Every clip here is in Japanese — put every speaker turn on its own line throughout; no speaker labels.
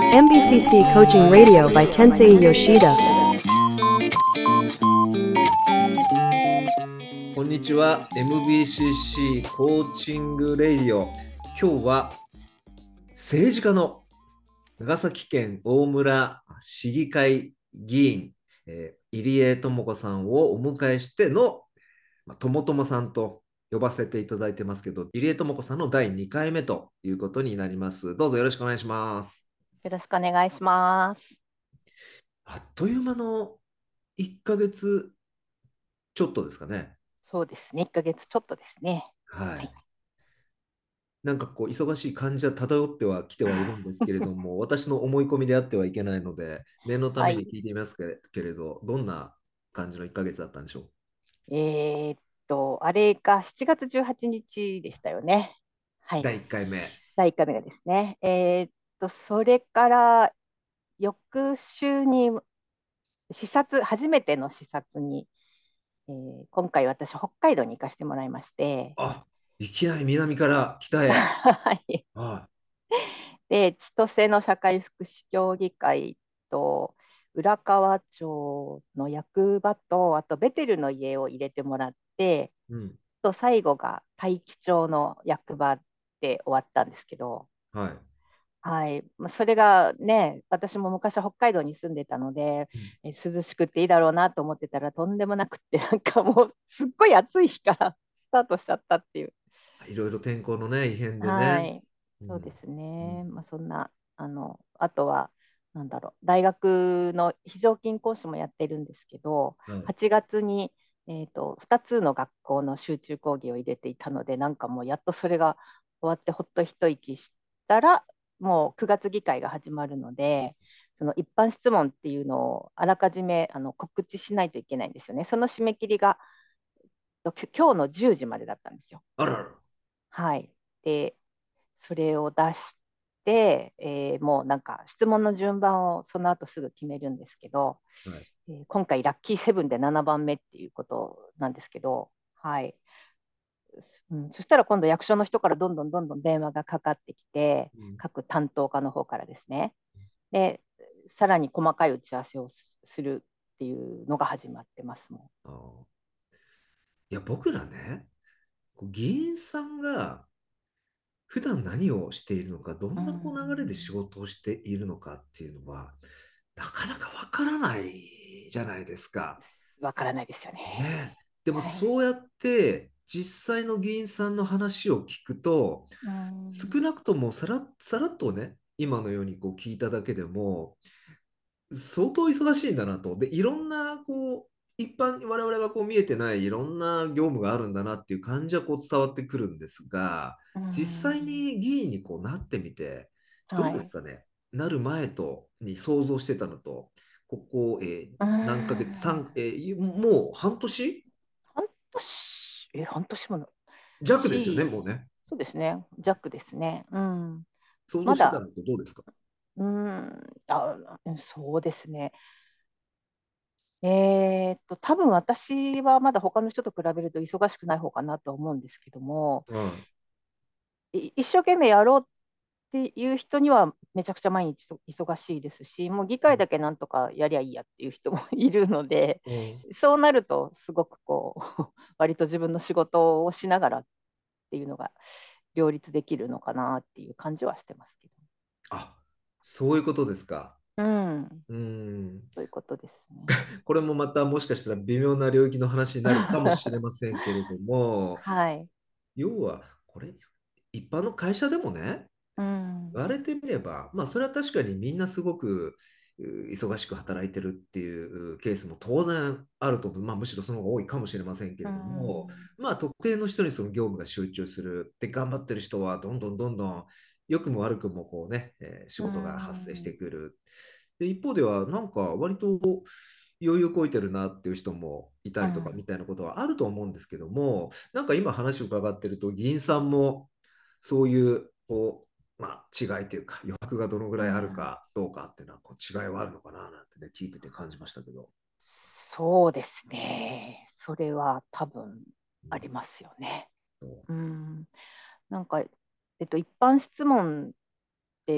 MBCC Coaching Radio by Tensei Yoshida.
こんにちは。MBCC コーチングレイディオ。今日は政治家の長崎県大村市議会議員、入江智子さんをお迎えしての、ともともさんと呼ばせていただいてますけど、入江智子さんの第2回目ということになります。どうぞよろしくお願いします。
よろしくお願いします。
あっという間の1ヶ月ちょっとですかね。
そうですね、1ヶ月ちょっとですね。
はい。
はい。
なんかこう忙しい感じは漂ってはきてはいるんですけれども、私の思い込みであってはいけないので、念のた
はい。
めに聞いてみますけれど、どんな感じの1ヶ月だったんでしょ
あれが7月18日でしたよね。は
う。
い。
第1回目。
第1回目がですね。それから翌週に初めての視察に、今回私、北海道に行かせてもらいまして、
あ、いきなり南から北へ。
はい。
は
で、千歳の社会福祉協議会と、浦河町の役場と、あとベテルの家を入れてもらって、
い。うん。
と最後が大樹町の役場で終わったんですけど、
はい。
はい、それがね、私も昔北海道に住んでたので、
うん、
涼しくていいだろうなと思ってたらとんでもなくって、なんかもうすっごい暑い日からスタートしちゃったっていう。
いろいろ天候のね、異変でね。
はい、
うん。
そうですね。
うん。
そんな、あとは、なんだろう、大学の非常勤講師もやってるんですけど、
はい。
8月に、2つの学校の集中講義を入れていたので、なんかもうやっとそれが終わってほっと一息したら、もう9月議会が始まるので、その一般質問っていうのをあらかじめ告知しないといけないんですよね。その締め切りが今日の10時までだったんですよ。
あらら。
はい。で、それを出して、もうなんか質問の順番をその後すぐ決めるんですけど、
はい。
今回ラッキーセブンで7番目っていうことなんですけど、はい。そしたら今度役所の人からどんどん電話がかかってきて、
うん。
各担当課の方からですね。で、さらに細かい打ち合わせをするっていうのが始まってますも
あー、いや、僕らね、議員さんが普段何をしているのか、ど
ん。う
んなこう流れで仕
ん。
事をしているのかっていうのは、なかなかわからないじゃないですか。
わからないですよね。
ね。でも
はい。
そうやって実際の議員さんの話を聞くと、
うん。
少なくともさらっとね、今のようにこう聞いただけでも、相当忙しいんだなと。で、いろんなこう、一般に我々がこう見えてないいろんな業務があるんだなっていう感じはこう伝わってくるんですが、
う
実際
ん。
に議員にこうなってみて、どう
はい。
ですかね。なる前に想像してたのと、ここ、
う
何ヶ月、
ん。
三もう半年
半年、半年もの、
弱ですよね、もう
し、
ね。
そうですね、弱ですね。うん。
想像
まだ、
してたのとどうですか？
そうですね。多分私はまだ他の人と比べると忙しくない方かなとは思うんですけども、
は
一生懸命やろうっていう人にはめちゃくちゃ毎日忙しいですし、もう議会だけなんとかやりゃいいやっていう人もいるので、
い。うん。
そうなるとすごくこう、割と自分の仕事をしながらっていうのが両立できるのかなっていう感じはしてますけ
あ、そういうことですか。
ど。うん、
うん。
そういうことですね。
これもまたもしかしたら微妙な領域の話になるかもしれませんけれども、
はい。
要はこれ、一般の会社でもね、
うん、
言われてみれば、まあそれは確かにみんなすごく忙しく働いてるっていうケースも当然あると思う。まあむしろその方が多いかもしれませんけ
う
れども、
ん、
まあ特定の人にその業務が集中する。で、頑張ってる人はどんどん良くも悪くもこうね、仕
う
事が発生して
ん、
くる。で、一方ではなんか割と余裕こいてるなっていう人もいたりとかみ
うん、
たいなことはあると思うんですけども、なんか今話を伺ってると議員さんもそういうこう、まあ、違いというか余白がどのぐらいある
うん。
かどうかっていうのはこう違いはあるのかななんてね聞いてて感じましたけど。
そうですね。それは多分ありますよね。
そう。
うん。なんか、一般質問って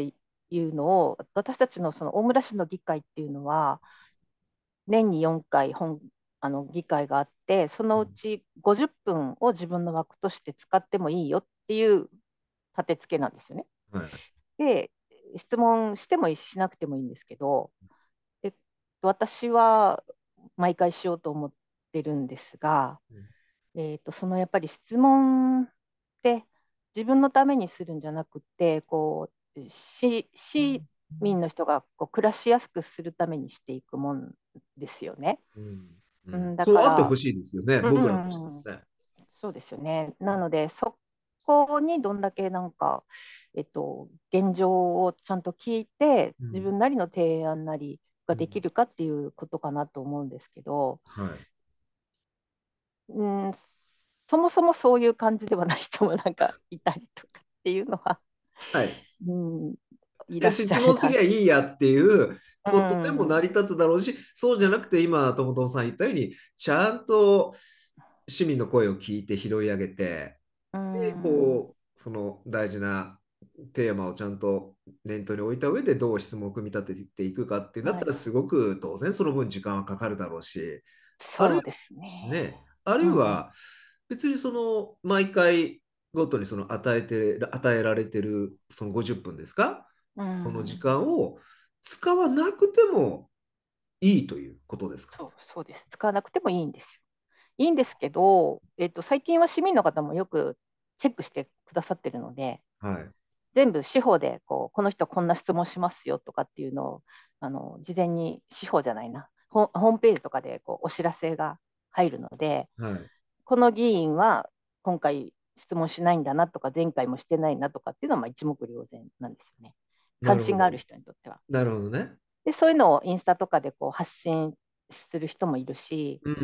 いうのを、私たちのその大村市の議会っていうのは、年に4回議会があって、そのうち50分を自分の枠として使ってもいいよっていう立て付けなんですよね。
はい。
で、質問してもいいし、しなくてもいいんですけど、で私は毎回しようと思ってるんですが、そのやっぱり質問って自分のためにするんじゃなくて、市民の人がこう暮らしやすくするためにしていくもんですよね。
うん。う
う
ん。
だ
そうあって
から、
ほしいですよね、
うんう
僕らとして
んうん、
もね。
そうですよね。なので、そこにどんだけなんか、現状をちゃんと聞いて、
うん。
自分なりの提案なりができるかっていうことかなと思うんですけど、
はい。
うん、そもそもそういう感じではない人もなんかいたりとかっていうのは、
はい。
うん、いらっしゃ
質問すり
るな。
ゃいいやっていう
う
ことでも成
ん、
り立つだろうし、そうじゃなくて今、ともともさん言ったように、ちゃんと市民の声を聞いて拾い上げて、
う
で、
ん、
こう、その大事なテーマをちゃんと念頭に置いた上でどう質問を組み立てていくかっていうんだっ
はい、
たら、すごく当然その分時間はかかるだろうし、あるいは
そうですね。
ね、ある
うん、
いは別にその毎回ごとにその与えられてるその50分ですか、
う
その時
ん、
間を使わなくてもいいということですか。
そうです。使わなくてもいいんですよ。いいんですけど、最近は市民の方もよくチェックしてくださってるので、
はい。
全部司法でこの人こんな質問しますよとかっていうのを事前に司法じゃないなホームページとかでお知らせが入るので、
はい。
この議員は今回質問しないんだなとか前回もしてないなとかっていうのはまあ一目瞭然なんですよね。
なるほど。
関心がある人にとっては。
なるほどね。
で、そういうのをインスタとかで発信する人もいるし、
うん。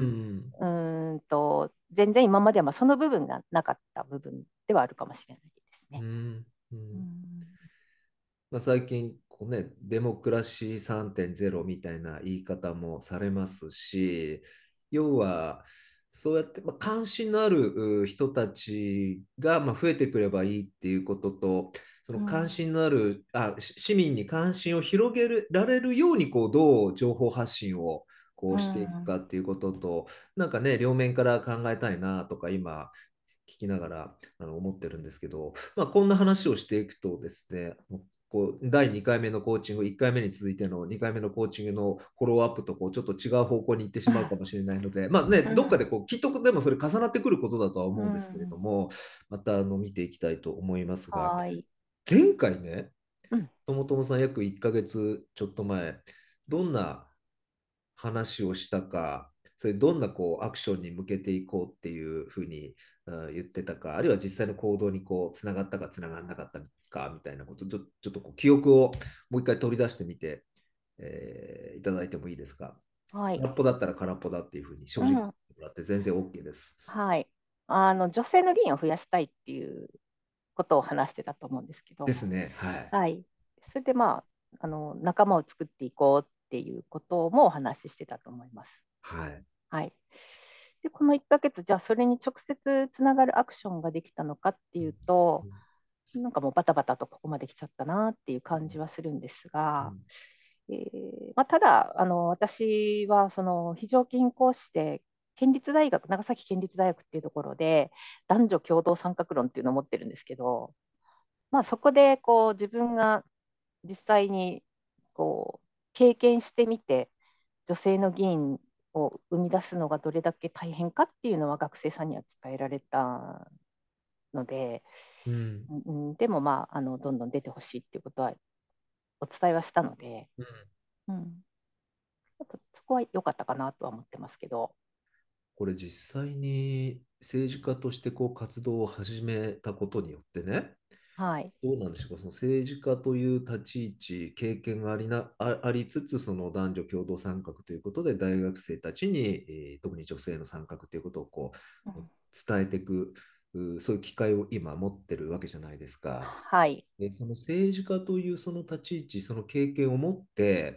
全然今まではまあその部分がなかった部分ではあるかもしれないですね。
うん。う
う
ん。
ん、
まあ、最近こう、ね、デモクラシー3.0みたいな言い方もされますし、要はそうやって、まあ、関心のある人たちが、まあ、増えてくればいいっていうことと、その関
うん、
心のある市民に関心を広げられるようにこうどう情報発信をこ
う
うしていくか
ん、
っていうことと、なんかね、両面から考えたいなとか今聞きながら思ってるんですけど、まあ、こんな話をしていくとですね、こう第2回目のコーチング、1回目に続いての2回目のコーチングのフォローアップとこうちょっと違う方向に行ってしまうかもしれないので、まあね、
うん、
どっかでこうきっとでもそれ重なってくることだとは
う
思うんですけれど
ん、
も、また見ていきたいと思いますが、
はい。
前回ね、
うん、
ともともさん約1ヶ月ちょっと前、どんな話をしたか、それどんなこうアクションに向けていこうっていうふうに言ってたか、あるいは実際の行動にこうつながったかつながらなかったかみたいなこと、ちょっとこう記憶をもう一回取り出してみて、いただいてもいいですか。
はい。
空っぽだったら空っぽだっていうふうに正直言って
うん、
もらって全然 OK です。
はい。女性の議員を増やしたいっていうことを話してたと思うんですけど、
ですね。はい。
はい。それでまあ、仲間を作っていこうっていうこともお話ししてたと思います。
はい。
はい。で、この1ヶ月、じゃあそれに直接つながるアクションができたのかっていうと、
うん
なんかもうバタバタとここまで来ちゃったなっていう感じはするんですが、
うん
まあ、ただ私はその非常勤講師で県立大学、長崎県立大学っていうところで男女共同参画論っていうのを持ってるんですけど、まあ、そこで自分が実際に経験してみて女性の議員を生み出すのがどれだけ大変かっていうのは学生さんには伝えられたので、
うん
うん、でもまあどんどん出てほしいっていうことはお伝えはしたので、
うん。
うん、やっぱそこは良かったかなとは思ってますけど。
これ実際に政治家としてこう活動を始めたことによってね、
はい。
どうなんでしょうか、その政治家という立ち位置、経験がありつつ、その男女共同参画ということで、大学生たちに、特に女性の参画ということをこう
うん、
伝えていく、そういう機会を今持ってるわけじゃないですか。
はい。
で、その政治家というその立ち位置、その経験を持って、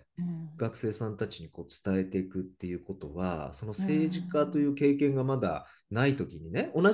うん。
学生さんたちにこう伝えていくっていうことは、その
う
政治家とい
ん。
う経験がまだないときにね、同じ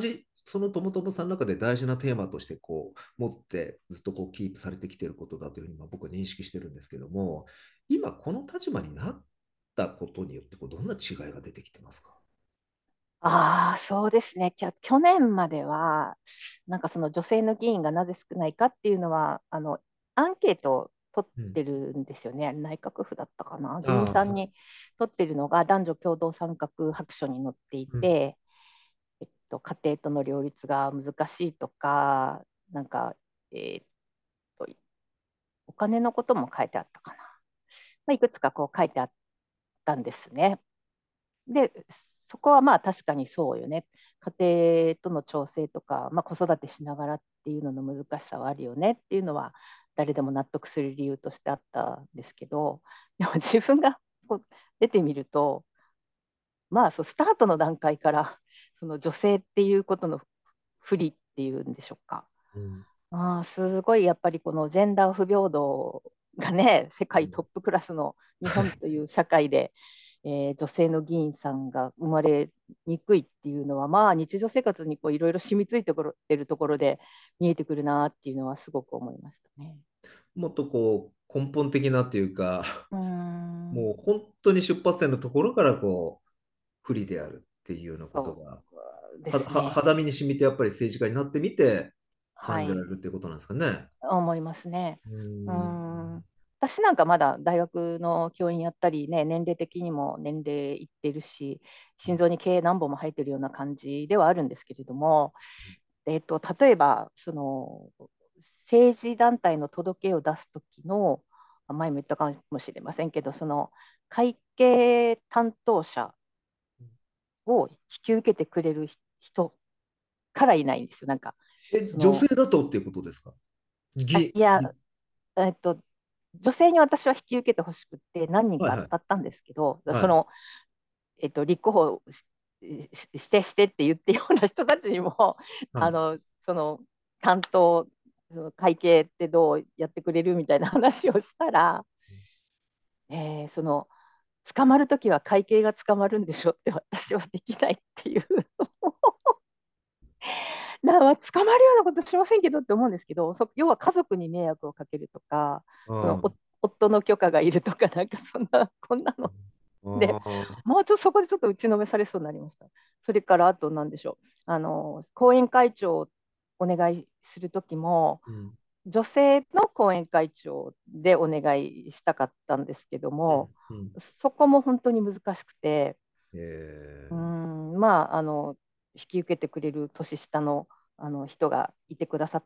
その友友さんの中で大事なテーマとしてこう持ってずっとこうキープされてきていることだというふうに僕は認識してるんですけども、今この立場になったことによってこうどんな違いが出てきてますか？
ああ、そうですね。去年までは、なんかその女性の議員がなぜ少ないかっていうのは、アンケートを取
うん。
ってるんですよね。内閣府だったかな。議員
ああ、
さんに取ってるのが男女共同参画白書に載ってい
うん。
て、家庭との両立が難しいとか、なんか、えーっと、お金のことも書いてあったかな。まあ、いくつかこう書いてあったんですね。で、そこはまあ確かにそうよね。家庭との調整とか、まあ、子育てしながらっていうのの難しさはあるよねっていうのは誰でも納得する理由としてあったんですけど、でも自分がこう出てみると、まあそうスタートの段階からその女性っていうことの不利っていうんでしょうか。
うん。
すごいやっぱりこのジェンダー不平等がね、世
うん。
界トップクラスの日
はい。
本という社会で、女性の議員さんが生まれにくいっていうのは、まあ日常生活にこういろいろ染みついてくるところで見えてくるなっていうのはすごく思いましたね。
もっとこう根本的なっていうか、
うーん、
もう本当に出発点のところからこう不利であるっていうようなこと
そ
が
うですね。
肌身に染みてやっぱり政治家になってみて感じら
はい。
れるっていうことなんですかね。
思いますね。
うー
うー
ん。
ん。私なんかまだ大学の教員やったりね、年齢的にも年齢いってるし、心臓に毛何本も生えてるような感じではあるんですけれども、例えば、政治団体の届けを出すときの、前も言ったかもしれませんけど、その会計担当者を引き受けてくれる人からいないんですよ。なんか、
女性
その、
だとっていうことですか？
いや、えっと、女性に私は引き受けてほしくて何人か
はいはい。
当たったんですけど、
はい。
立候補してって言ってような人たちにも、
はい。
その担当、その会計ってどうやってくれるみたいな話をしたら、その捕まるときは会計が捕まるんでしょって私はできないっていう捕まるようなことしませんけどって思うんですけど、要は家族に迷惑をかけるとか、その
あ
夫の許可がいるとか、なんかそんな、こんなので、
あ。ああ。
もうちょっとそこでちょっと打ちのめされそうになりました。それからあと何でしょう。後援会長をお願いするときも、
うん。
女性の後援会長でお願いしたかったんですけど
うん。
も、
うん。
そこも本当に難しくて、
え
まあ、引き受けてくれる年下の、人がいてくださって、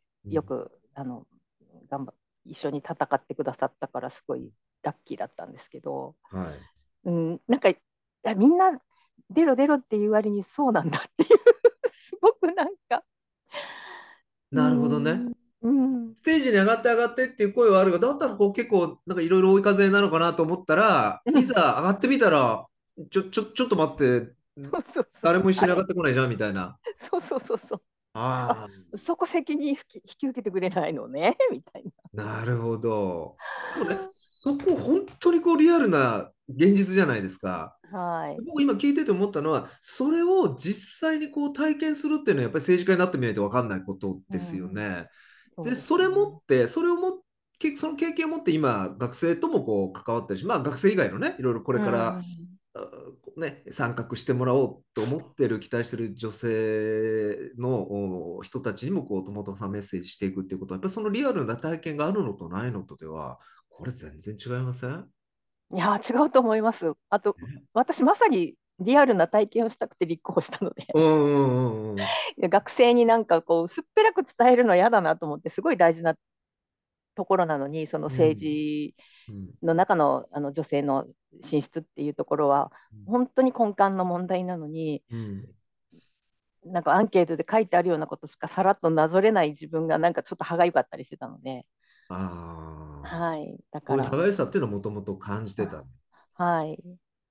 うん。
よく頑張一緒に戦ってくださったから、すごいラッキーだったんですけど、
はい。
なんか、みんな出ろ出ろっていう割にそうなんだっていうすごくなんか、うー
なるほどね。
ん、うん、
ステージに上がって上がってっていう声はあるが、だったらこう結構なんかいろいろ追い風なのかなと思ったら、いざ
うん、
上がってみたら、ちょっと待って、
そうそうそう、
誰も一緒に上がっ
あれ、
てこないじゃんみたいな。
そうそうそうそう、あ、
ああ、
そこ責任引き受けてくれないのね、みたい
なるほど。でもね、そこ本当にこうリアルな現実じゃないですか。
な。はい。
僕今聞いてて思ったのは、それを実際にこう体験するっていうのはやっぱり政治家になってみないと分かんないこと
う
ですよ
ん、
ね。で、
そうで
それ持
すね。
って、それをもその経験を持って今、学生ともこう関わってるし、まあ学生以外のね、いろいろこれ
う
から
ん、
ね、参画してもらおうと思ってる、期待してる女性の人たちにもこう友とさんメッセージしていくっていうことは、やっぱりそのリアルな体験があるのとないのとでは、これ全然違いません？
いや違うと思います。あと、私まさにリアルな体験をしたくて立候補したので、
うんうんうんうん。
いや学生になんかこう、薄っぺらく伝えるの嫌だなと思って、すごい大事なところなのに、その政
うん
治
うん
の中の、女性の進出っていうところは、本当に根幹の問題なのに、
うん。
なんかアンケートで書いてあるようなことしかさらっとなぞれない自分がなんかちょっと歯がゆかったりしてたので、
ああ、
はい。だ
そういう歯
から、
がゆさっていうのはもともと感じてた。
あはい。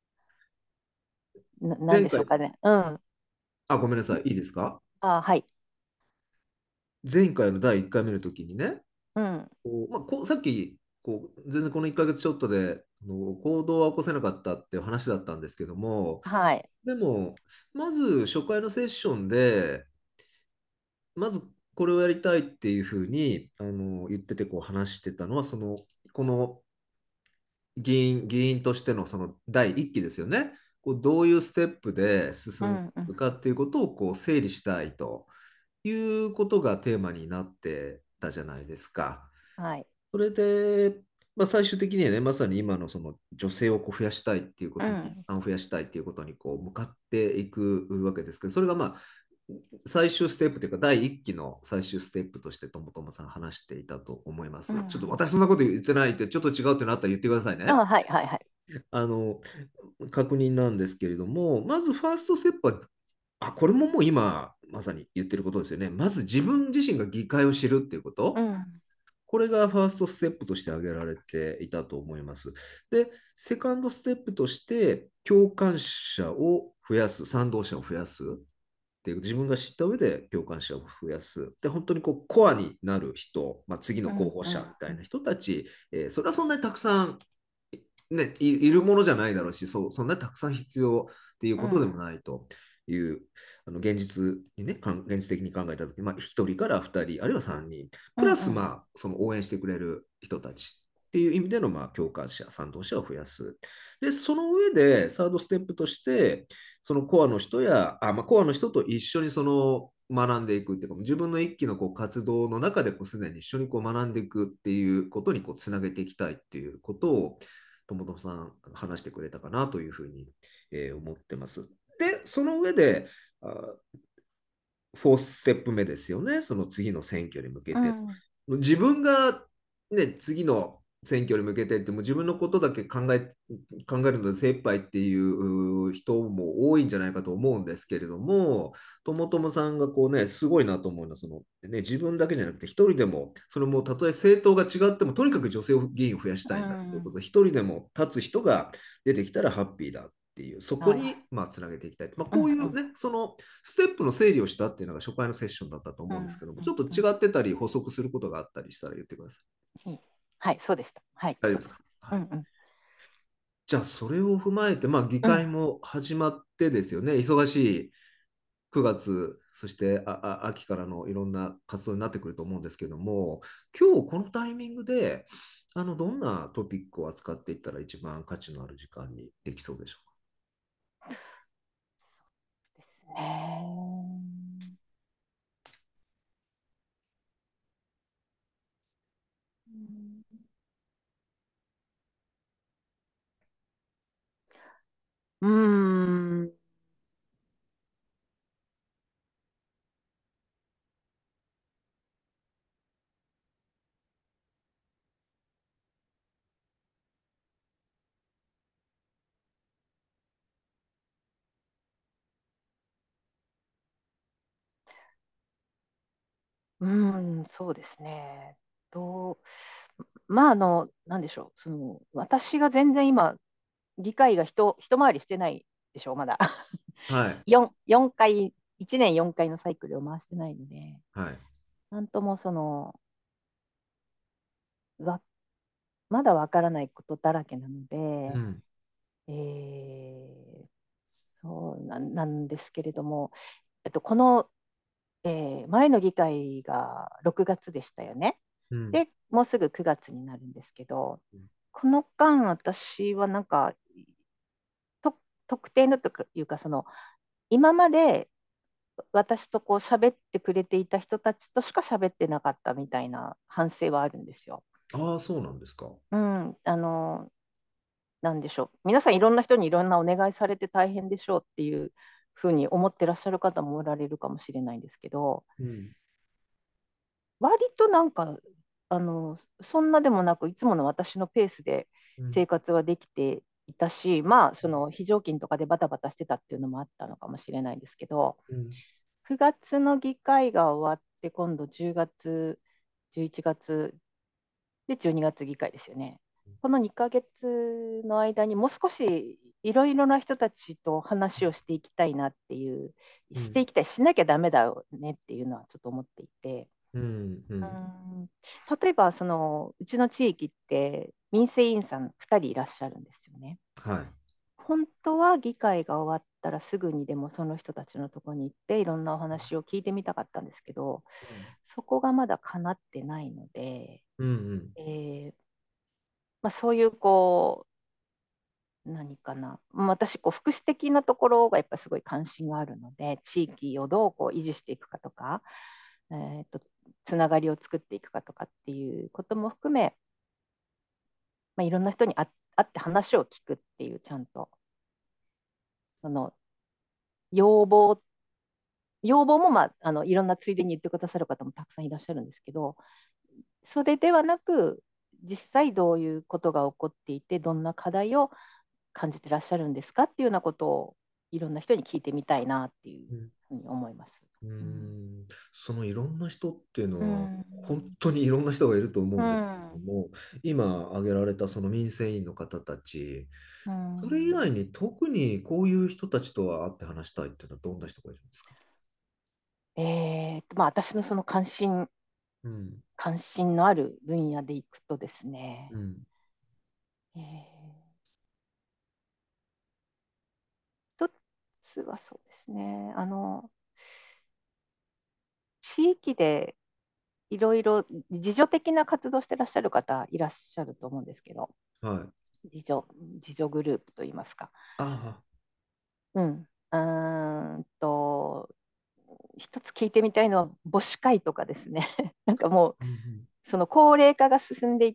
なん
前回、
でしょうかね。うん。
あ、ごめんなさい、いいですか？
はい。
前回の第1回目の時にね、
うん。
さっき全然この1ヶ月ちょっとで行動は起こせなかったっていう話だったんですけども、
はい。
でも、まず初回のセッションで、 まずこれをやりたいっていうふうに言っててこう話してたのは、この議員としてのその第一期ですよね。こうどういうステップで進んで
うんうん。
いくかっていうことをこう整理したいということがテーマになってたじゃないですか。
はい。
それで、まあ、最終的にはね、まさに今のその女性をこう増やしたいっていうことに、
うん
増やしたいっていうことにこう向かっていくわけですけど、それがまあ、最終ステップというか、第一期の最終ステップとしてともともさん話していたと思いま
う
す。ちょっと
ん。
私そんなこと言ってないって、ちょっと違うってなったら言ってくださいね。
はいはいはい。
あの、確認なんですけれども、まずファーストステップは、これももう今、まさに言ってることですよね。まず自分自身が議会を知るっていうこと。
うん。
これがファーストステップとして挙げられていたと思います。で、セカンドステップとして、共感者を増やす、賛同者を増やすっていう、自分が知った上で共感者を増やす。で、本当にこうコアになる人、まあ、次の候補
うんうん
者みたいな人たち、それはそんなにたくさん、ね、いるものじゃないだろうし、そんなにたくさん必要っていうことでも
うん
ないという、現実にね、現実的に考えたとき、まあ、1人から2人、あるいは3人、プラス、
うんうん。
まあ、その応援してくれる人たちっていう意味での、まあ、共感者、賛同者を増やす。で、その上で、サードステップとして、そのコアの人や、まあ、コアの人と一緒にその学んでいくっていうか、自分の一期のこう活動の中でこうすでに一緒にこう学んでいくっていうことにこうつなげていきたいっていうことを、ともともさん話してくれたかなというふうに、思ってます。で、その上で、フォースステップ目ですよね、その次の選挙に向けて。
うん。
自分が、ね、次の選挙に向けてっても自分のことだけ考えるので精一杯っていう人も多いんじゃないかと思うんですけれども、ともともさんがこうね、すごいなと思うのは、自分だけじゃなくて、一人でも、それもたとえ政党が違っても、とにかく女性議員を増やし
う
たいんだという
ん。
ことで、一人でも立つ人が出てきたらハッピーだっていう、そこ
はい。
にまあつなげていきたい。まあ、
うんうん
こういうね、そのステップの整理をしたっていうのが初回のセッションだったと
うん
思うんですけども、ちょっと
うんうん。
違ってたり補足することがあったりしたら言ってください。
いい。はい、そうでした。はい、
大丈夫ですか？
そうです。
はい。
うんうん。
じゃあ、それを踏まえて、まあ、議
うん。
会も始まってですよね、忙しい9月、そして秋からのいろんな活動になってくると思うんですけども、今日このタイミングで、どんなトピックを扱っていったら一番価値のある時間にできそうでしょ
ですね。うん。うん、そうですね。どまあ、なんでしょう。私が全然今、議会が一回りしてないでしょう、まだ。
う。はい。
4回、1年4回のサイクルを回してないので、
はい。
なんともわまだわからないことだらけなので、
うん。
えーなんですけれども、この、前の議会が6月でしたよね。
うん。
で、もうすぐ9月になるんですけど、この間、私はなんか、と特定のというか、今まで私とこう喋ってくれていた人たちとしか喋ってなかったみたいな反省はあるんですよ。
ああ、そうなんですか。
うん、なんでしょう。皆さんいろんな人にいろんなお願いされて大変でしょうっていうふうに思ってらっしゃる方もおられるかもしれないんですけど、
うん。
割となんか、そんなでもなく、いつもの私のペースで
うん。
生活はできていたし、まあ、その非常勤とかでバタバタしてたっていうのもあったのかもしれないんですけど、
うん。
9月の議会が終わって、今度10月、11月で12月議会ですよね。この2ヶ月の間にもう少しいろいろな人たちと話をしていきたいなっていう、
うん。
していきたい、しなきゃダメだよねっていうのはちょっと思っていて、
うん。う
う
ん。
ん、例えばうちの地域って民生委員さん2人いらっしゃるんですよね。
はい。
本当は議会が終わったらすぐにでもその人たちのところに行っていろんなお話を聞いてみたかったんですけど、そこがまだ叶ってないので、
うんうん
えーまあ、そういうこう、何かな、私こう、福祉的なところがやっぱりすごい関心があるので、地域をどうこう維持していくかとか、えーと、つながりを作っていくかとかっていうことも含め、まあ、いろんな人に会って話を聞くっていう、ちゃんと、その要望、要望も、まあ、いろんなついでに言ってくださる方もたくさんいらっしゃるんですけど、それではなく、実際どういうことが起こっていて、どんな課題を感じてらっしゃるんですかっていうようなことをいろんな人に聞いてみたいなっていう
うん
ふうに思います。
う
うん。
ん。そのいろんな人っていう
う
のは、本
ん。
当にいろんな人がいると思
う
うんですけど
ん。
も、今挙げられたその民生委員の方たち、
う
それ以外
ん。
に特にこういう人たちとは会って話したいっていうのはどんな人がいるんですか？
まあ、私のその
うん。
関心のある分野でいくとですね、
うん。
えー一つはそうですね、地域でいろいろ自助的な活動してらっしゃる方いらっしゃると思うんですけど、
はい。
自助、自助グループといいますか。
ああ。
うん。一つ聞いてみたいのは母子会とかですね。なんかもう、
うん
その高齢化が進んでいって、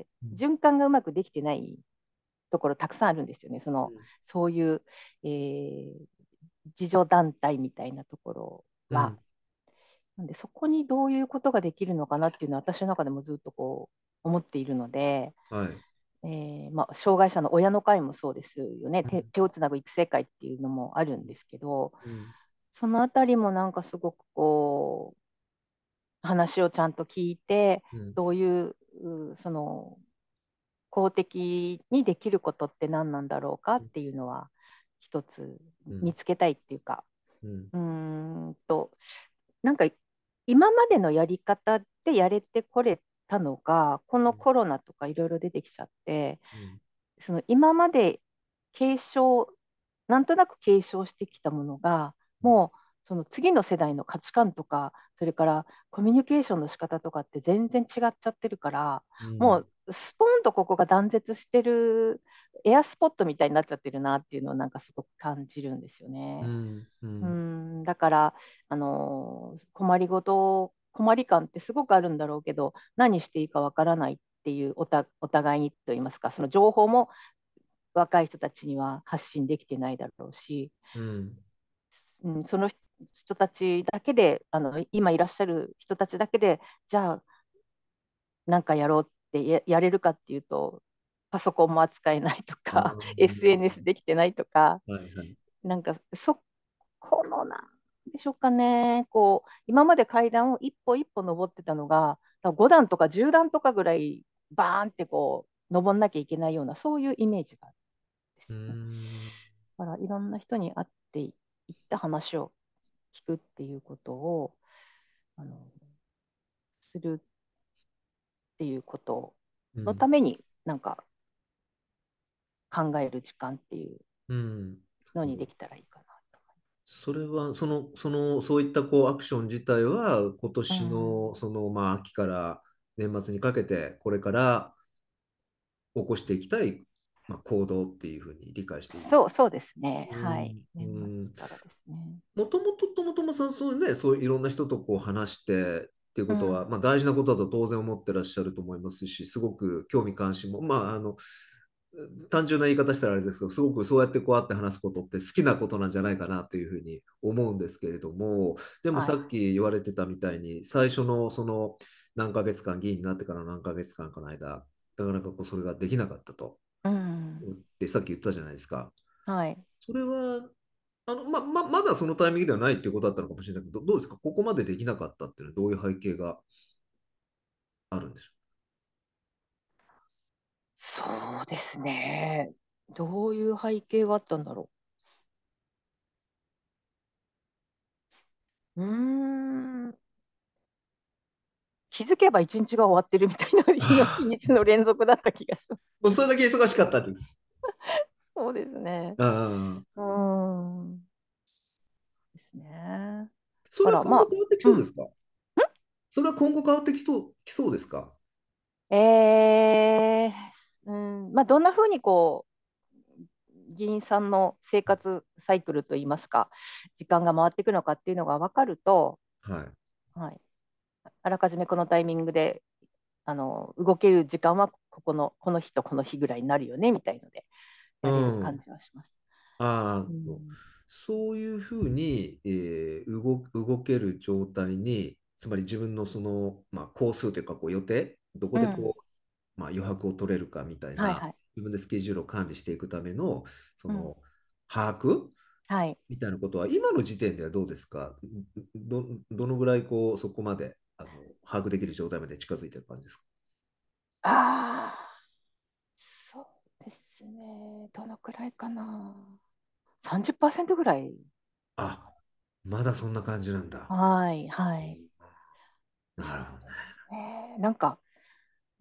うん
循環がうまくできてないところたくさんあるんですよね。そういう、自助団体みたいなところは。
うん。
なんで、そこにどういうことができるのかなっていうのは、私の中でもずっとこう思っているので、
はい。
まあ、障害者の親の会もそうですよね。
うん
手をつなぐ育成会っていうのもあるんですけど、
うん
そのあたりもなんかすごくこう、話をちゃんと聞いて、
うん
どういう、その公的にできることって何なんだろうかっていうのは、一つ
うん
見つけたいっていうか、
うん
うーなんか今までのやり方でやれてこれたのが、このコロナとかいろいろ出てきちゃって、
うん
その今まで継承、なんとなく継承してきたものが、もうその次の世代の価値観とか、それからコミュニケーションの仕方とかって全然違っちゃってるから、
うん
もうスポーンとここが断絶してるエアスポットみたいになっちゃってるなっていうのをなんかすごく感じるんですよね。
うんうん
だから、困り感ってすごくあるんだろうけど、何していいかわからないっていうお互いにといいますか、その情報も若い人たちには発信できてないだろうし、
うん
その人たちだけで、今いらっしゃる人たちだけで、じゃあ、なんかやろうってやれるかっていうと、パソコンも扱えないと
あ
か、
ー
SNS できてないとか、
はいはい。
なんかそこのなんでしょうかね、こう、今まで階段を一歩一歩登ってたのが、5段とか10段とかぐらい、バーンってこう、登んなきゃいけないような、そういうイメージがあるんで
うー
すよね。
ん
だから、いろんな人に会っていって話を聞くっていうことを、あの、するっていうこと
うん
のために、なんか考える時間っていう
うん
のにできたらいいかなと
それは、そういったこうアクション自体は、今
思
年の、
う。
まあ、秋から年末にかけて、これから起こしていきたい、まあ、行動っていうふうに理解していいですか？
そうですね。はい。
うん、う
年
ん。
末からですね。
もともとともともさん、そうね、そういろんな人とこう話してっていう
うん。
ことは、まあ、大事なことだと当然思ってらっしゃると思いますし、すごく興味関心も、まあ、単純な言い方したらあれですけど、すごくそうやってこうやって話すことって好きなことなんじゃないかなというふうに思うんですけれども、でも
はい。
さっき言われてたみたいに、最初の何ヶ月間、議員になってから何ヶ月間かの間、なかなかこうそれができなかったと。
うん。
ってさっき言ったじゃないですか。
はい。
それは、まだそのタイミングではないっていうことだったのかもしれないけど、どうですか、ここまでできなかったっていうのはどういう背景があるんでしょ
そうですね。どういう背景があったんだろう。気づけば一日が終わってるみたいな日
う？
の日にちの連続だった気がします。
もうそれだけ忙しかったっていう。
そうですね。
ああ、
うーん。ですね。
それは
だからまあ、
今後変わってき
うん。
そうですか？それは今後変わってきそうですか？
えうん、まあ、どんなふうにこう、議員さんの生活サイクルといいますか、時間が回っていくのかっていうのが分かると、
はい。
はい、あらかじめこのタイミングで動ける時間はこの日とこの日ぐらいになるよねみたいので、
う
やれる感
ん。
じはします。
ああ、
うん、
そういうふうに、動ける状態に、つまり自分のその、まあ、工数というかこう予定、どこ
うん、
でこう、まあ、余白を取れるかみたいな、
はいはい。
自分でスケジュールを管理していくための、そ
うん、
の、把握
はい。
みたいなことは、今の時点ではどうですか？どのぐらいこう、そこまで、把握できる状態まで近づいてる感じですか？
ああ、そうですね。どのくらいかな。30%ぐらい。
あ、まだそんな感じなんだ。
はい、はい。
うん、なるほどね。
そうですね。なんか、うん、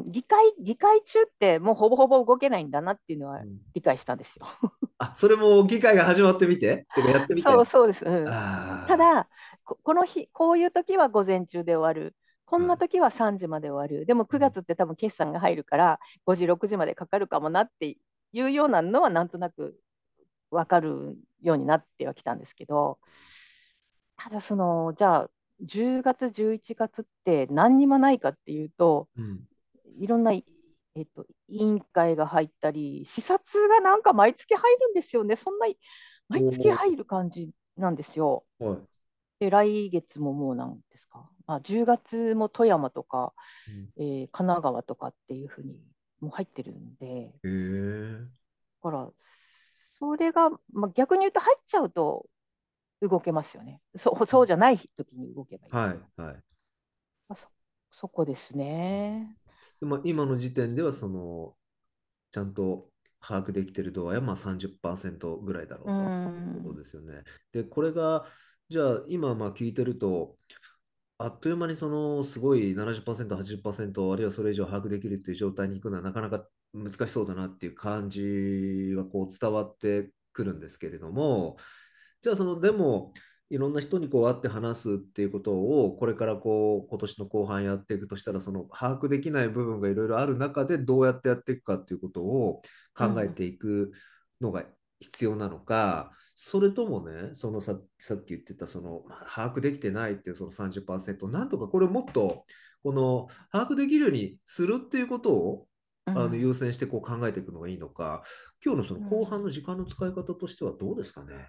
議会中ってもうほぼほぼ動けないんだなっていうのは
うん、
理解したんですよ。
あ、それも議会が始まってみて、てかやってみて。
そうです。うん。た
あ
だ、この日、こういう時は午前中で終わる。こ
あ、はい。
んな時は3時まで終わる。でも9
うん、
月って多分決算が入るから5時、6時までかかるかもなっていうようなのはなんとなく分かるようになってはきたんですけど、ただじゃあ10月、11月って何にもないかっていうと、
うん。
いろんな、委員会が入ったり、視察がなんか毎月入るんですよね。そんな毎月
おー、
入る感じなんですよ。
はい。
で、来月ももうなんですか。10月も富山とか、
うん、
神奈川とかっていうふうにもう入ってるんで、
へえ。
だから、それが、逆に言うと入っちゃうと動けますよね。そうじゃない時に動けばいい。
はい、はい。
まあ、そこですね。
でも今の時点では、ちゃんと把握できている度合いはまあ30%ぐらいだろ
う
うということ
ん。
ですよね。で、これが、じゃあ今まあ聞いてると、あっという間にすごい70%、80%、あるいはそれ以上把握できるという状態に行くのはなかなか難しそうだなっていう感じはこう伝わってくるんですけれども、じゃあでもいろんな人にこう会って話すっていうことをこれからこう今年の後半やっていくとしたら、その把握できない部分がいろいろある中でどうやってやっていくかっていうことを考え
うん。
ていくのが必要なのか、それともね、さっき言ってたまあ把握できてないっていうその30%、なんとかこれをもっとこの把握できるようにするっていうことを
うん。
優先してこう考えていくのがいいのか、今日のその
う
後半の
ん。
時間の使い方としてはどうですかね。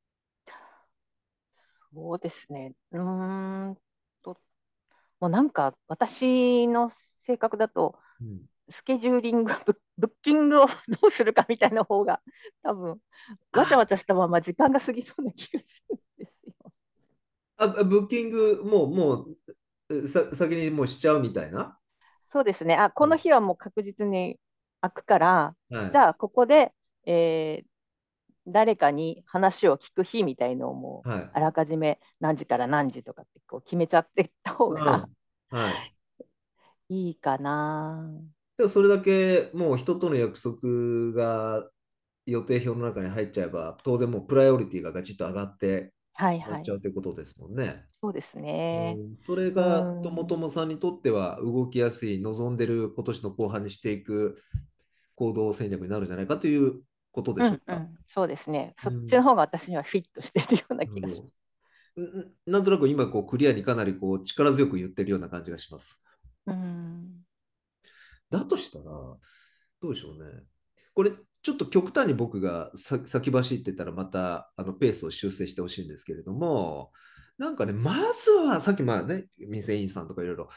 そうですね。と、もうなんか私の性格だと、
うん、
スケジューリング、ブッキングをどうするかみたいな方が、多分わちゃわちゃしたまま時間が過ぎそうな気がするんですよ。
ブッキングもう先にもうしちゃうみたいな。
そうですね。こ
うん、
の日はもう確実に開くから、
はい。
じゃあここで、えー誰かに話を聞く日みたいのをもう、
はい。
あらかじめ何時から何時とかってこう決めちゃっていった方が
うん。はい。
いいかな。
でもそれだけもう人との約束が予定表の中に入っちゃえば、当然もうプライオリティがガチッと上がって
はいはい。
やっちゃうということですもんね。
そうですね。
うん、それ
う
がともと
ん。
もさんにとっては動きやすい、望んでる今年の後半にしていく行動戦略になるんじゃないかということで
うん
しょうか。
うん。そうですね。そっちの
うん、
方が私にはフィットしてるような気がし
なるほど。なんとなく今こうクリアにかなりこう力強く言ってるような感じがします。
ます。うん。
だとしたら、どうでしょうね。これ、ちょっと極端に僕が先走ってたら、またペースを修正してほしいんですけれども、なんかね、まずは、さっきまあね、店員さんとかいろいろ
うん。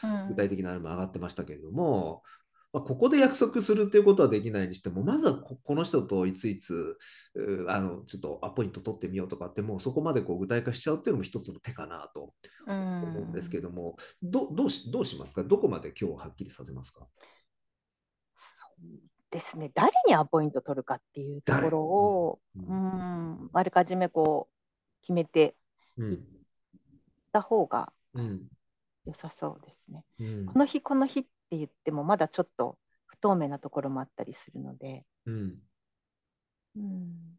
具体的なあれも上がってましたけれども、まあ、ここで約束するっていうことはできないにしても、まずはこの人といついつ、ちょっとアポイント取ってみようとかって、もうそこまでこう具体化しちゃうっていうのも一つの手かなと
う
思うんですけ
ん。
ども、どうしますか？どこまで今日はっきりさせますか？
そうですね。誰にアポイント取るかっていうとこ
誰？
ろ
うん、
を、
うん、
あらかじめこう、決めていっ
うん、
た方が
うん、
良さそうですね。
うん、
この日、この日って言っても、まだちょっと不透明なところもあったりするので、
うん。
うん、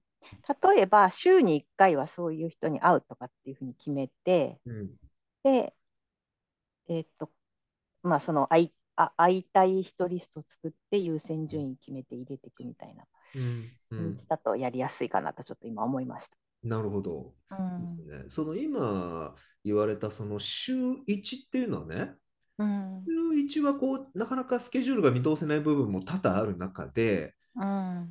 例えば、週に1回はそういう人に会うとかっていうふうに決めて、
うん。
で、えっと、まあ、その会いたい人リストを作って優先順位決めて入れていくみたいな
うん。うん。
感じだとやりやすいかなとちょっと今思いました。
なるほど。
う
です
ん。
ね。その今言われたその週1っていうのはね、
うん。
週1はこう、なかなかスケジュールが見通せない部分も多々ある中で、
うん。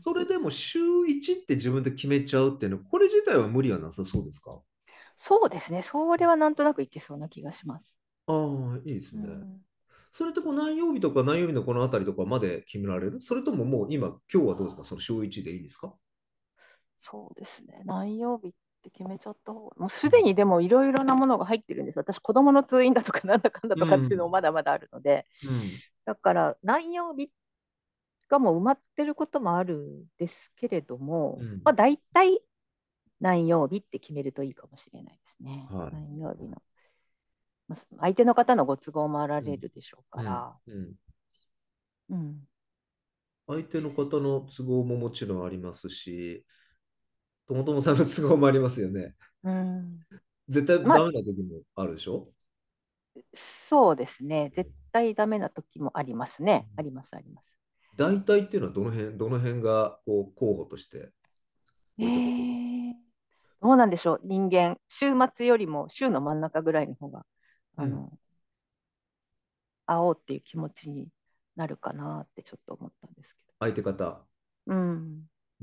それでも週1って自分で決めちゃうっていうのは、これ自体は無理はなさそうですか？
そうですね。それはなんとなくいけそうな気がします。
ああ、いいですね。
うん。
それってこう何曜日とか何曜日のこのあたりとかまで決められる？それとももう今日はどうですか？その週1でいいですか？
そうですね。何曜日って決めちゃった方が、もうすで
うん。
にでもいろいろなものが入ってるんです。私、子供の通院だとかなんだかんだ
う
とかっていうのも
ん。
まだまだあるので、
うん。
だから何曜日がもう埋まってることもあるんですけれども、まあ、
うん。
大体何曜日って決めるといいかもしれないですね。
はい。
何曜日の。まあ相手の方のご都合もあら
うん。
れるでしょうか
うん。
ら、
うん。
うん。
相手の方の都合ももちろんありますし、ともともさんの都合もありますよね。
うん。
絶対
まあ、
ダメな時もあるでしょ？
そうですね。絶対ダメな時もありますね。あ
うん。
ります、あります。
大体っていうのはどの辺がこう候補として置いたことですか？
どうなんでしょう、人間、週末よりも週の真ん中ぐらいの方が、
うん。
あの、会おうっていう気持ちになるかなってちょっと思ったんですけ
相手方。
ど。うん。
うん。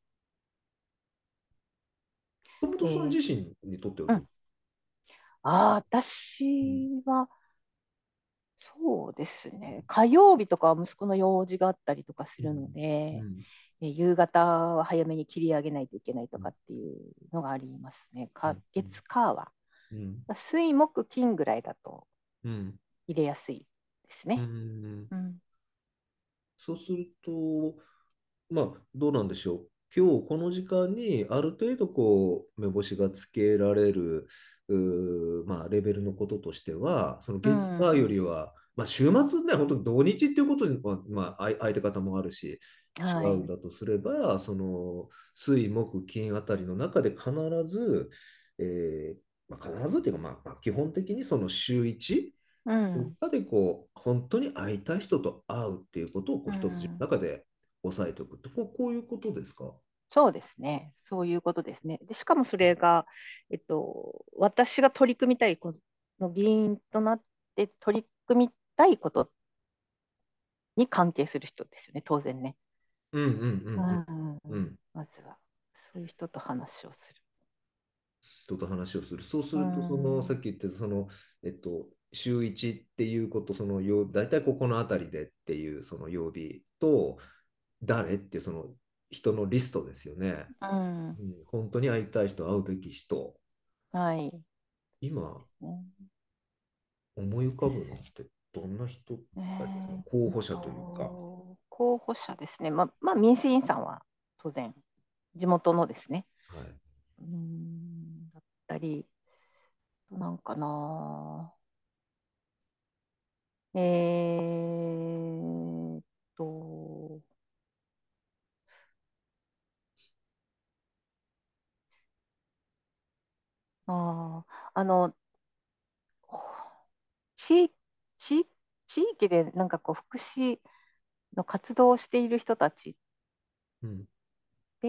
とも
え
とさん自
ー
身にとってはどう？
うん。ああ、
うん。
私は、そうですね。火曜日とかは息子の用事があったりとかす
うん。
るので、
うん。
夕方は早めに切り上げないといけないと
うん。
かっていうのがありますね。
うん。
月火は。
うん。
水木金ぐらいだと
うん。
入れやすいです
う
ね。
ん。
うん。
そうすると、まあ、どうなんでしょう。今日この時間にある程度こう目星がつけられる、まあ、レベルのこととしては、その
う
月火よ
ん。
りは、まあ、週末ね、本当に土日っていうことには、まあ、相手方もあるし、違
はい。
うんだとすれば、その水木金あたりの中で必ず、まあ、必ずっていうか、まあ、基本的にその週1どっ
うん。
かでこう、本当に会いたい人と会うっていうことをこ
う
う一つ自分
ん。
の中で押さえておくって、こういうことですか？
そうですね。そういうことですね。で、しかもそれが、私が取り組みたいこの議員となって取り組みたいことに関係する人ですよね、当然ね。
うんうんうん
うんうんう
うん。う
ん。
ん。
まずは、そういう人と話をする。
人と話をする。そうす
う
ると、そのさ
ん。
っき言ってた、週1っていうこと、大体ここのあたりでっていうその曜日と、誰っていうその人のリストですよね。
うん。
うん、本当に会いたい人、会うべき人。
はい。
今、
ね
思い浮かぶのってどんな人たちですか？候補者というか。
候補者ですね。まあ、民生委員さんは当然、地元のですね。
はい。
だったり、なんかな。ーっと、あ地、地、地域でなんかこう、福祉の活動をしている人たち
うん。
で、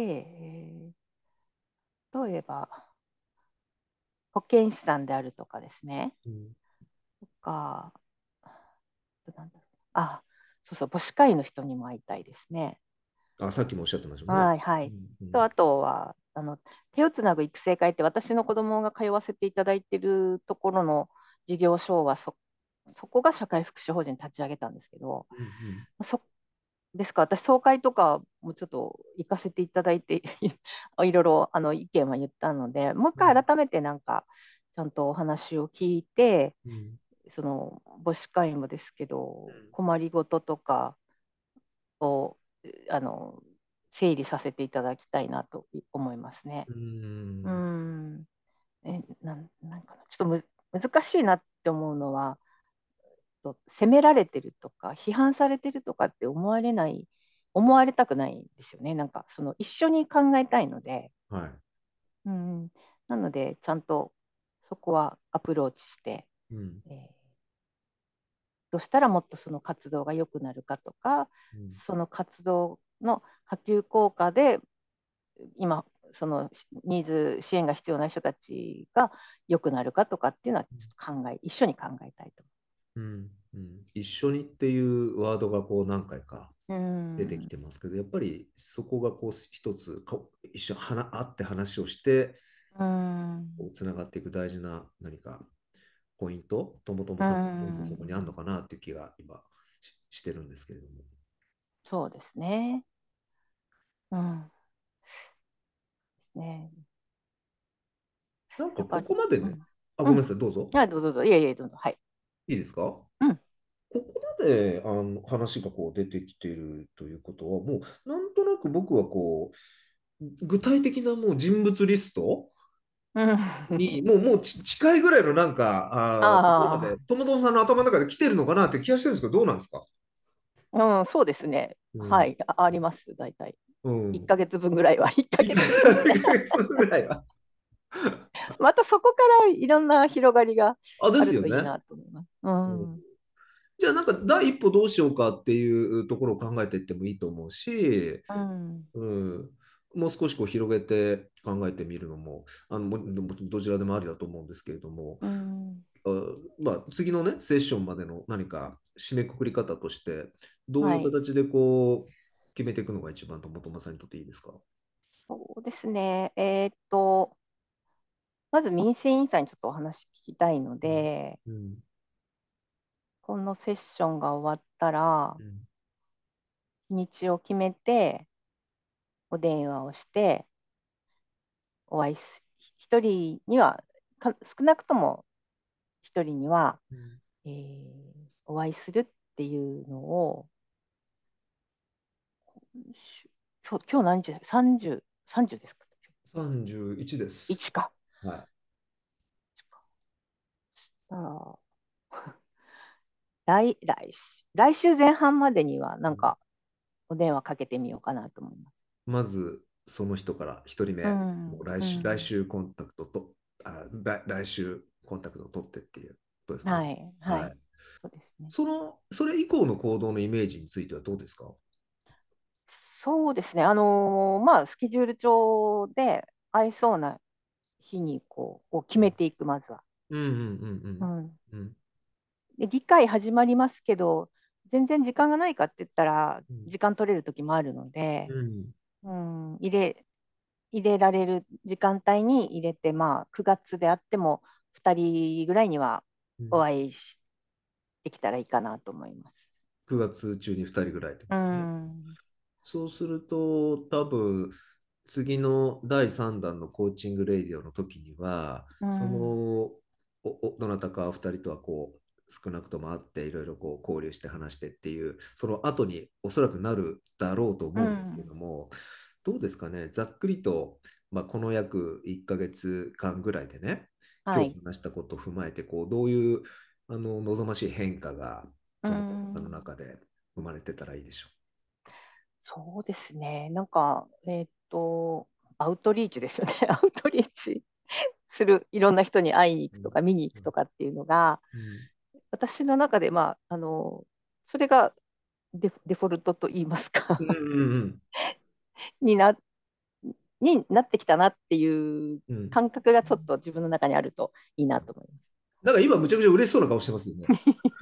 例えば、保健師さんであるとかですね。
うん。
とか、なんだろう。そうそう、母子会の人にも会いたいですね。
あ、さっきもおっしゃってましたもんね。
はいはい。
うんう
と、
ん
あとは、手をつなぐ育成会って私の子供が通わせていただいているところの事業所はそこが社会福祉法人立ち上げたんですけど、
うん
そですから私、総会とかもちょっと行かせていただいていろいろ意見は言ったので、もう一
うん
回改めてなんか、ちゃんとお話を聞いて、
うん
その母子会もですけど、
うん
困りごととかをあの整理させていただきたいなと思いますね。
う
う
ん
ん。なんかなちょっと難しいなって思うのは、責められてるとか、批判されてるとかって思われない思われたくないんですよね。なんか、その一緒に考えたいので、
はい。
うん、なので、ちゃんとそこはアプローチして、
うん。
えーどうしたらもっとその活動が良くなるかとか、
うん。
その活動の波及効果で、今、そのニーズ、支援が必要な人たちが良くなるかとかっていうのは、ちょっと一緒に考えたいと
うん。うん。一緒にっていうワードがこう何回か
思う。う
出てき
ん、
てますけど、やっぱりそこがこう一つ一緒に会って話をして、
うん、
つながっていく大事な何かポイント、ともとも
う
さんのポイントそこにある
ん、
のかなっていう気が今してるんですけれども。
そうですね。うん、ですね。
なんかこ
やっぱり、
こまでね、
うん、
あ、ご
うん。
めんなさい、どうぞ。
はい、どうぞどうぞ。いえいえ、どうぞ。はい。
いいですか？こ
うん、
こまで話がこう出てきているということは、もうなんとなく僕はこう、具体的なもう人物リスト
うん。
に、もう近いぐらいのなんか、ところまで、
あ
ともともさんの頭の中で来てるのかなって気がしてるんですけど、どうなんですか？
あ、うん、そうですね。
うん。
はい、あります、大体。1
うん。
ヶ月分ぐらいは、1ヶ
1
月分ぐらい。
ヶ月ぐらいは。
またそこからいろんな広がりが
あ、で
あ
すよね。
るといいなと思います。う
うん。
ん。
じゃあなんか第一歩どうしようかっていうところを考えていってもいいと思うし、
うん。
うん、もう少しこう広げて考えてみるのも、どちらでもありだと思うんですけれども、
うん。
あ、まあ、次のね、セッションまでの何か締めくくり方として、どうい
はい。
う形でこう決めていくのが一番ともともさんにとっていいですか？
そうですね。まず民生委員さんにちょっとお話聞きたいの
うん。
で、
うん。
このセッションが終わったら、
うん。
日にちを決めて、お電話をして、お会いす、一人には、少なくとも一人には、
うん。
お会いするっていうのを、今日何時？ 30、30ですか？
31です。
1 か。
は
あー来週前半までには、な
い。うん。
んか、お電話かけてみようかなと思います。
まず、その人から一人
う
目、もう
ん、う
来
ん。
週コンタクトと、来週コンタクトを取ってっていうことですかね。
はい、はい。
はい。
そうですね。
それ以降の行動のイメージについてはどうですか？
そうですね。まあ、スケジュール帳で合いそうな日にこう決めていく、まずは。
うんうん
うん。
うんうん。
で、議会始まりますけど、全然時間がないかって言ったら、
うん。
時間取れる時もあるので、
うん。
うん、入れられる時間帯に入れて、まあ、9月であっても、2人ぐらいには
うん。
お会いできたらいいかなと思います。
9月中に2人ぐらいってこ
う
とですね。
ん、
そうすると、多分、次の第3弾のコーチングレイディオの時には、
うん、
どなたか2人とはこう、少なくとも会っていろいろこう交流して話してっていう、その後におそらくなるだろうと
う
思うんですけど
ん、
も、どうですかね、ざっくりと、まあ、この約1ヶ月間ぐらいでね、今日
はい。
話したことを踏まえて、こうどういう望ましい変化が
う
友友さんの
ん、
中で生まれてたらいいでしょ
そうですね。なんか、アウトリーチですよね。アウトリーチする、いろんな人に会いに行
う。
くとか、見に行くとかっていうのが、
うん。
私の中で、まあ、それがデフォルトと言いますか
うんうんうん
にな、になってきたなっていう
うん。
感覚がちょっと自分の中にあるといいなと思います。
なんか今むちゃくちゃ嬉しそうな顔してますよね。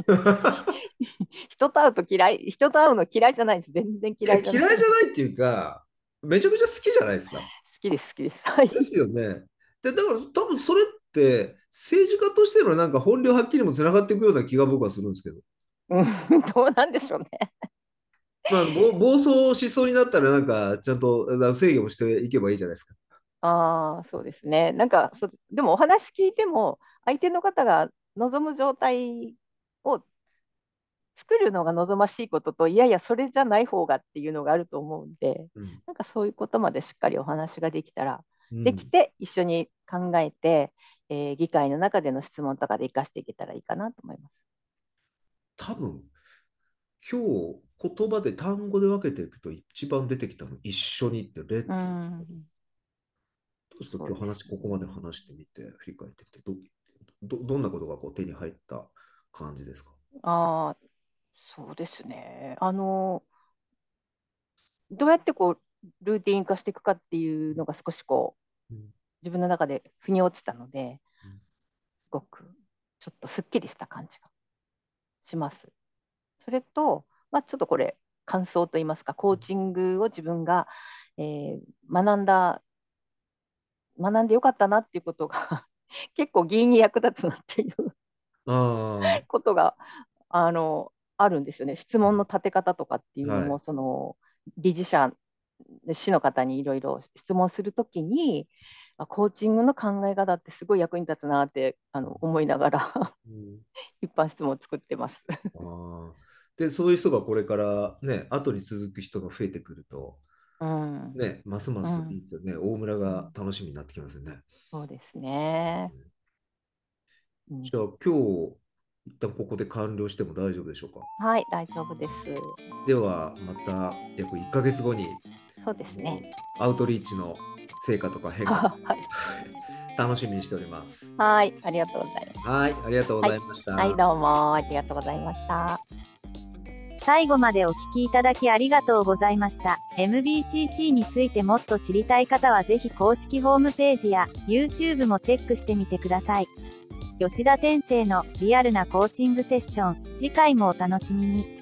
人と会うの嫌いじゃないです。全然
いや、
嫌いじゃない。
嫌いじゃ
好
ないっていうか、めちゃくちゃ好きじゃないですか。
きです、好きです。は
です
い。
よね。で、だから多分それって政治家としてのなんか本領発揮にもつながっていくような気が僕はするんですけど。
うん、どうなんでしょうね。
まあ、暴走しそうになったらなんかちゃんと制御もしていけばいいじゃないですか。
ああ、そうですね。なんかでもお話聞いても、相手の方が望む状態を作るのが望ましいことと、いやいや、それじゃない方がっていうのがあると思うんで、
うん。
なんかそういうことまでしっかりお話ができたら、でき
うん。
て一緒に考えて、議会の中での質問とかで活かしていけたらいいかなと思います。
多分今日言葉で単語で分けていくと一番出てきたの一緒にってレッツ。そうすると今日話、ここまで話してみて、振り返ってみて、どんなことがこう手に入った感じですか？
そうですね。どうやってこう、ルーティン化していくかっていうのが少しこう、自分の中で腑に落ちたので、すごくちょっとすっきりした感じがします。それと、ちょっとこれ、感想といいますか、コーチングを自分が、学んでよかったなっていうことが結構議員に役立つなっていうことがあるんですよね。質問の立て方とかっていうのも、その理事者、市の方にいろいろ質問するときに、コーチングの考え方ってすごい役に立つなって思いながら一般質問を作ってます。
で、そういう人がこれからね、後に続く人が増えてくると、ね、ますますいいですよね。大村が楽しみになってきますよね。
そうですね。
じゃあ今日、一旦ここで完了しても大丈夫でしょうか？
はい、大丈夫です。
では、また約1ヶ月後に、
そうですね。
アウトリーチの成果とか変化、
はい、
楽しみにしております。
はい、ありがとうございます。
はい、ありがとうございました。
はい、どうもありがとうございました。
最後までお聞きいただきありがとうございました。MBCC についてもっと知りたい方はぜひ公式ホームページや YouTube もチェックしてみてください。吉田天成のリアルなコーチングセッション、次回もお楽しみに。